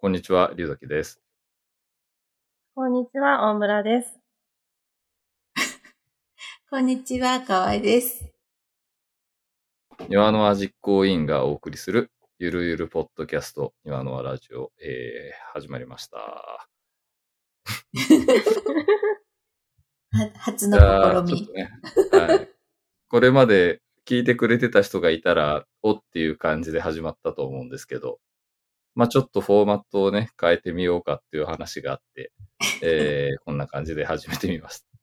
こんにちは、龍崎です。 こんにちは、大村です。 こんにちは、河合です。 庭の輪実行委員がお送りするゆるゆるポッドキャスト庭の輪ラジオ、始まりました。 初のじゃあ、 試み。 ちょっとね、はい。これまで聞いてくれてた人がいたら、おっていう感じで始まったと思うんですけど、ちょっとフォーマットをね、変えてみようかっていう話があって、こんな感じで始めてみました。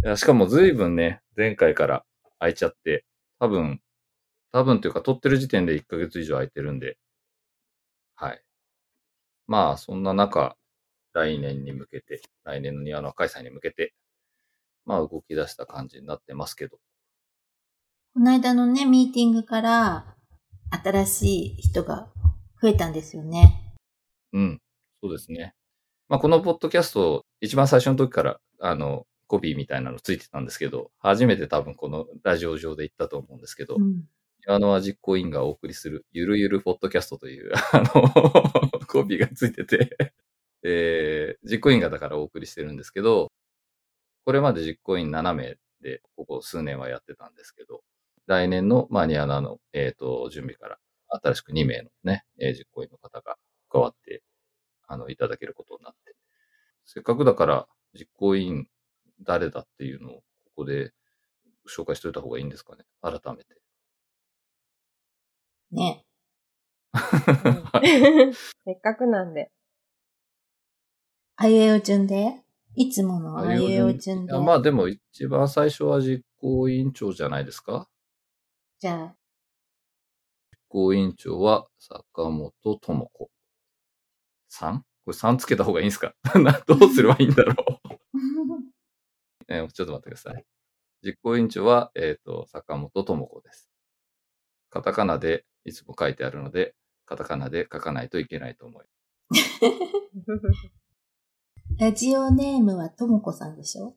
しかも随分ね、前回から空いちゃって、多分というか撮ってる時点で1ヶ月以上空いてるんで、はい。そんな中、来年の庭の開催に向けて、動き出した感じになってますけど。 この間のね、ミーティングから新しい人が増えたんですよね。 うん。そうですね。このポッドキャスト、一番最初の時から、コピーみたいなのついてたんですけど、初めて多分このラジオ上で言ったと思うんですけど、庭の輪実行委員がお送りするゆるゆるポッドキャストという、コピーがついてて、実行委員がだからお送りしてるんですけど、これまで実行委員7名で、ここ数年はやってたんですけど、来年のマニアナの、準備から、新しく2名のね、実行委員の方が加わって、いただけることになって。せっかくだから、実行委員誰だっていうのを、ここで紹介しといた方がいいんですかね。改めて。 ね。 せっかくなんで。 あいうえお順でいつものあいうえお順で。 でも一番最初は実行委員長じゃないですか。 じゃあ。 実行委員長は坂本智子さん、これ3つけた方がいいんですかどうすればいいんだろう、ちょっと待ってください。実行委員長は、坂本智子です。カタカナでいつも書いてあるので、カタカナで書かないといけないと思います。 ラジオネームはともこさんでしょ？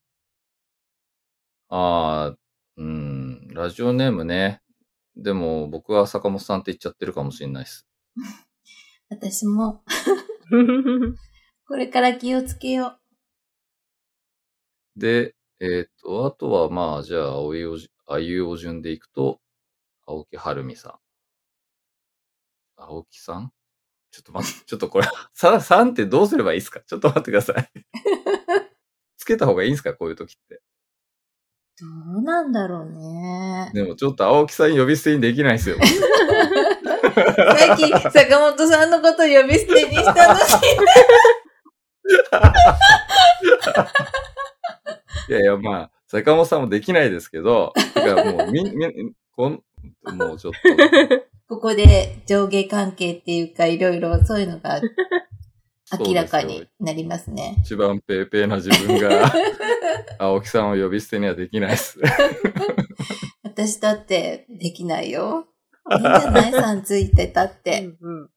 ラジオネームね。でも僕は坂本さんって言っちゃってるかもしれないです。 私も。これから気をつけよう。で、あとはじゃあ、あいうお順でいくと、青木はるみさん。青木さんちょっと待って、ちょっとこれ、3ってどうすればいいですか？ちょっと待ってください。つけた方がいいんですか？こういう時って。 どうなんだろうね。 でもちょっと青木さん呼び捨てにできないですよ。 さっき坂本さんのこと呼び捨てにしたのに。 いや、坂本さんもできないですけど、だからもうもうちょっと。 ここで上下関係っていうか、いろいろそういうのが明らかになりますね。 一番ペーペーな自分が、青木さんを呼び捨てにはできないです。 私だってできないよ。いいんじゃないさんついてたって。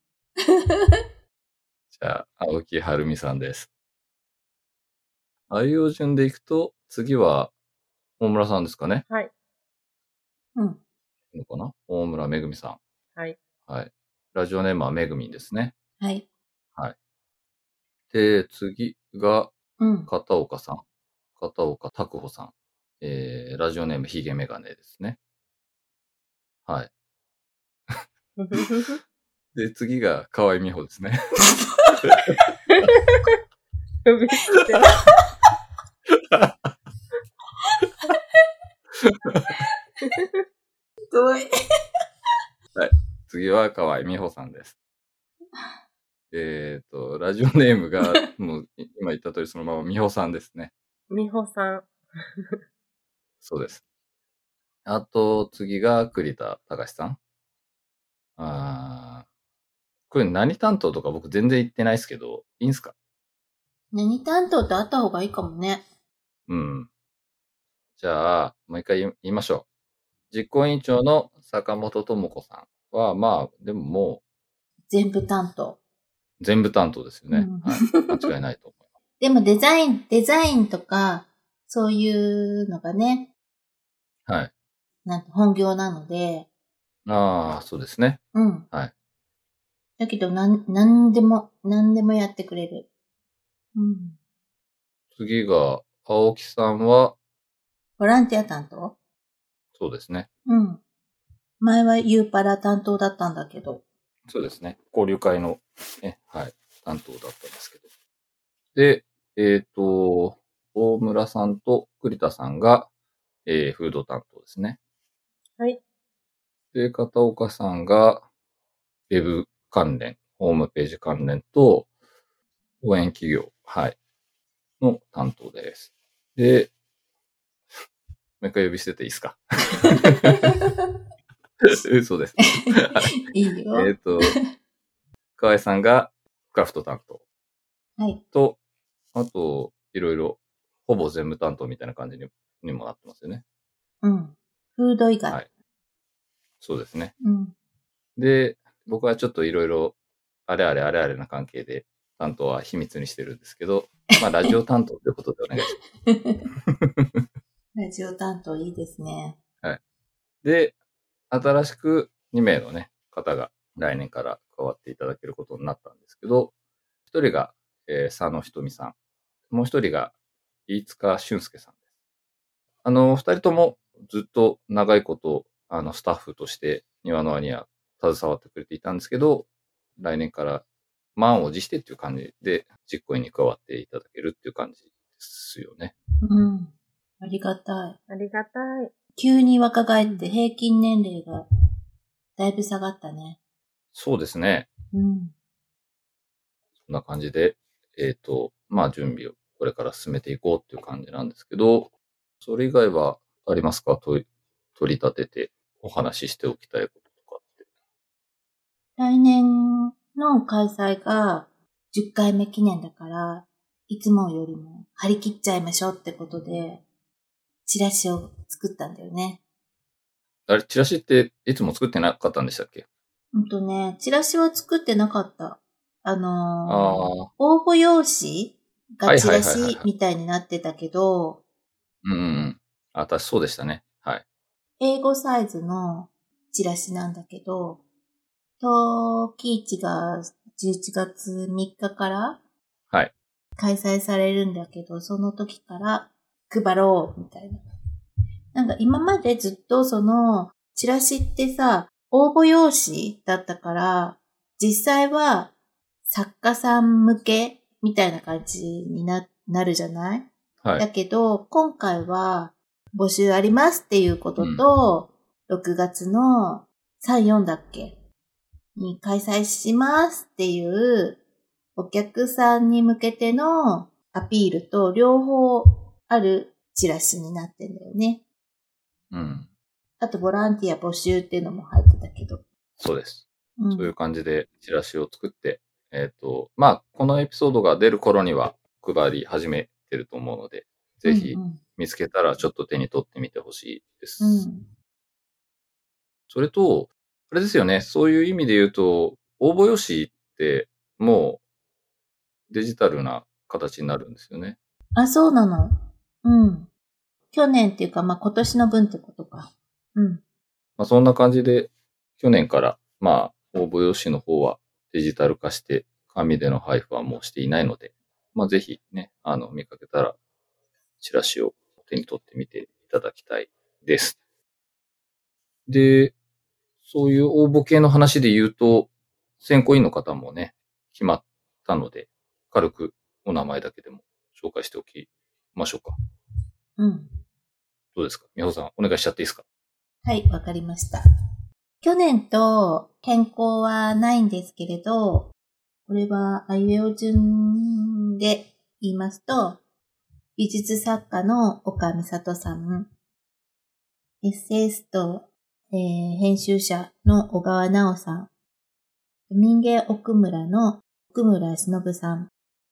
じゃあ、青木はるみさんです。あいうお順でいくと、次は、大村さんですかね。 はい。 うん。 いいのかな？大村めぐみさん。 はい。 はい。ラジオネームはめぐみんですね。 はい。 はい。で、次が、 うん。 片岡さん。片岡拓穂さん。ラジオネームひげメガネですね。はい。で、次が河合美穂ですね。 呼び捨て。 すごい。 はい。次は河合美穂さんです。ラジオネームが、もう今言った通りそのまま美穂さんですね。 美穂さん。 そうです。あと、次が栗田隆さん。これ何担当とか僕全然言ってないですけど、いいんすか？ 何担当ってあった方がいいかもね。 うん。じゃあ、もう一回言いましょう。実行委員長の坂本智子さんは、でももう。 全部担当。 全部担当ですよね。はい。間違いないと思います。 でもデザインとか、そういうのがね。 はい。 本業なので。 そうですね。 うん。 はい。 だけど、なんでもやってくれる。うん。 次が、青木さんは、 ボランティア担当？ そうですね。 うん。前はユーパラ担当だったんだけど。 そうですね。交流会の、ね、はい、担当だったんですけど。で、大村さんと栗田さんが、フード担当ですね。 はい。 で、片岡さんが、ウェブ関連、ホームページ関連と、応援企業、はい、の担当です。で、もう一回呼び捨てていいですか？嘘です。 いいよ。 河合さんがクラフト担当。 はい。 と、あと、いろいろ、ほぼ全部担当みたいな感じにもなってますよね。 うん。フード以外。 はい。そうですね。 うん。 で、僕はちょっといろいろ、あれあれな関係で、担当は秘密にしてるんですけど、まあ、ラジオ担当ということでお願いします。 ラジオ担当いいですね。 はい。で、新しく2名のね、方が来年から加わっていただけることになったんですけど、一人が、佐野ひとみさん。もう一人が、飯塚俊介さんです。二人ともずっと長いこと、スタッフとして庭の輪には携わってくれていたんですけど、来年から満を持してっていう感じで実行委員に加わっていただけるっていう感じですよね。 うん。ありがたい。 ありがたい。 急に若返って平均年齢がだいぶ下がったね。 そうですね。 うん。 そんな感じで、まあ準備をこれから進めていこうっていう感じなんですけど、それ以外はありますか？取り立ててお話ししておきたいこととかって。 来年の開催が10回目記念だから、いつもよりも張り切っちゃいましょうってことで、チラシを作ったんだよね。 あれ、チラシっていつも作ってなかったんでしたっけ？ チラシは作ってなかった。 ああ。 応募用紙がチラはいはいはいはい、はい。 シみたいになってたけど、 うんうんうん。私そうでしたね。はい。 英語サイズのチラシなんだけど、冬季市が11月3日からはい。 開催されるんだけど、その時から配ろうみたいな。なんか今までずっとそのチラシってさ、応募用紙だったから、実際は作家さん向けみたいな感じになるじゃない？ はい。 だけど、今回は募集ありますっていうことと、6月の3、4だっけに開催しますっていうお客さんに向けてのアピールと両方あるチラシになってんだよね。 うん。 あとボランティア募集っていうのも入ってたけど。 そうです。 うん、 そういう感じでチラシを作って、まあ、このエピソードが出る頃には配り始めてると思うので、ぜひ見つけたらちょっと手に取ってみてほしいです。 うん。 それと、あれですよね。そういう意味で言うと、応募用紙ってもうデジタルな形になるんですよね。 あ、そうなの。うん。去年っていうか、まあ、今年の分ってことか。うん。 まあ、そんな感じで、去年から、まあ、応募用紙の方はデジタル化して、紙での配布はもうしていないので、まあ、ぜひね、見かけたら、チラシを手に取ってみていただきたいです。で、そういう応募系の話で言うと、選考委員の方もね、決まったので、軽くお名前だけでも紹介しておきましょうか。 うん。 どうですか？美穂さん、お願いしちゃっていいですか？ はい、わかりました。去年と変更はないんですけれど、これはあいうえお順で言いますと、美術作家の岡美里さん、エッセイスト、編集者の小川直さん、民芸奥村の奥村忍さん、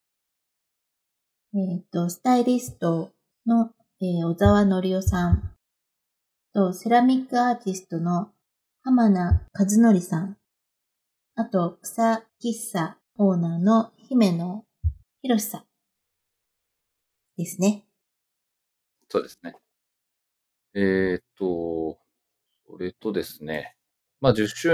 スタイリストの、小沢則夫さんと、セラミックアーティストの浜名和則さん、あと、草喫茶オーナーの姫野博さんですね。 そうですね。それとですね、まあ10周年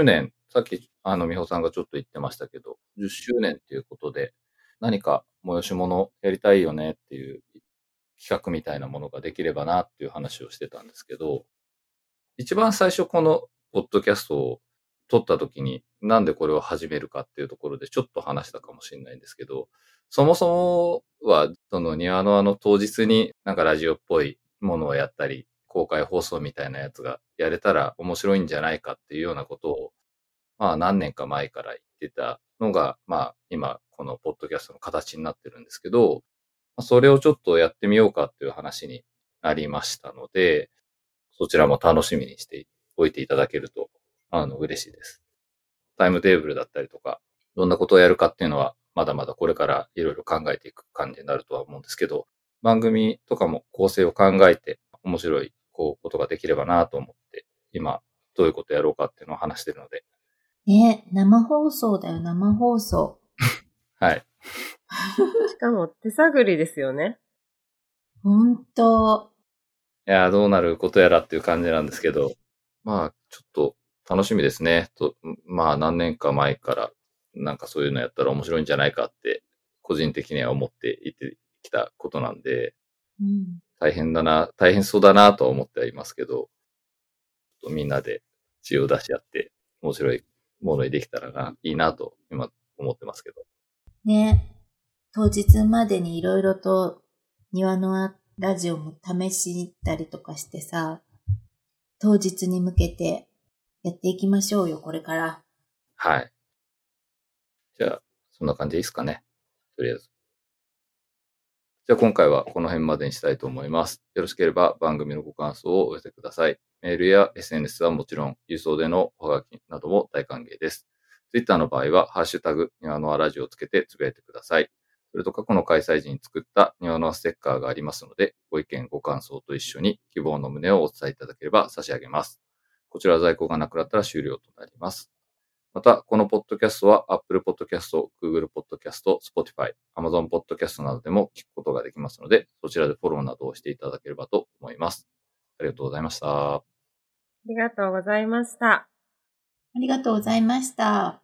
さっき、美穂さんがちょっと言ってましたけど、10周年っていうことで、何か催し物やりたいよねっていう企画みたいなものができればなっていう話をしてたんですけど、一番最初このポッドキャストを撮った時に、なんでこれを始めるかっていうところでちょっと話したかもしれないんですけど、そもそもは、その庭の当日になんかラジオっぽいものをやったり、公開放送みたいなやつがやれたら面白いんじゃないかっていうようなことを、まあ何年か前から言ってたのが、まあ今このポッドキャストの形になってるんですけど、それをちょっとやってみようかっていう話になりましたので、そちらも楽しみにしておいていただけると、嬉しいです。タイムテーブルだったりとか、どんなことをやるかっていうのは、まだまだこれからいろいろ考えていく感じになるとは思うんですけど、番組とかも構成を考えて、面白い、ことができればなと思って、今、どういうことやろうかっていうのを話してるので。 ね、生放送だよ、生放送。 はい。 しかも手探りですよね。 ほんと。 いや、どうなることやらっていう感じなんですけど、まあ、ちょっと楽しみですね。まあ、何年か前から、なんかそういうのやったら面白いんじゃないかって、個人的には思っていてきたことなんで、大変そうだなとは思ってはいますけど、みんなで知恵を出し合って、面白いものにできたらいいなと、今思ってますけど。 ね、当日までにいろいろと庭のラジオも試したりとかしてさ、当日に向けてやっていきましょうよ、これから。 はい。じゃあ、そんな感じでいいですかね。とりあえず。じゃあ今回はこの辺までにしたいと思います。よろしければ番組のご感想をお寄せください。メールや SNS はもちろん、郵送でのおはがきなども大歓迎です。Twitter の場合は、ハッシュタグ、庭の輪ラジオをつけてつぶやいてください。それと過去の開催時に作った庭の輪ステッカーがありますので、ご意見、ご感想と一緒に希望の旨をお伝えいただければ差し上げます。こちら在庫がなくなったら終了となります。また、このポッドキャストは Apple Podcast、Google Podcast、Spotify、Amazon Podcast などでも聞くことができますので、そちらでフォローなどをしていただければと思います。ありがとうございました。 ありがとうございました。 ありがとうございました。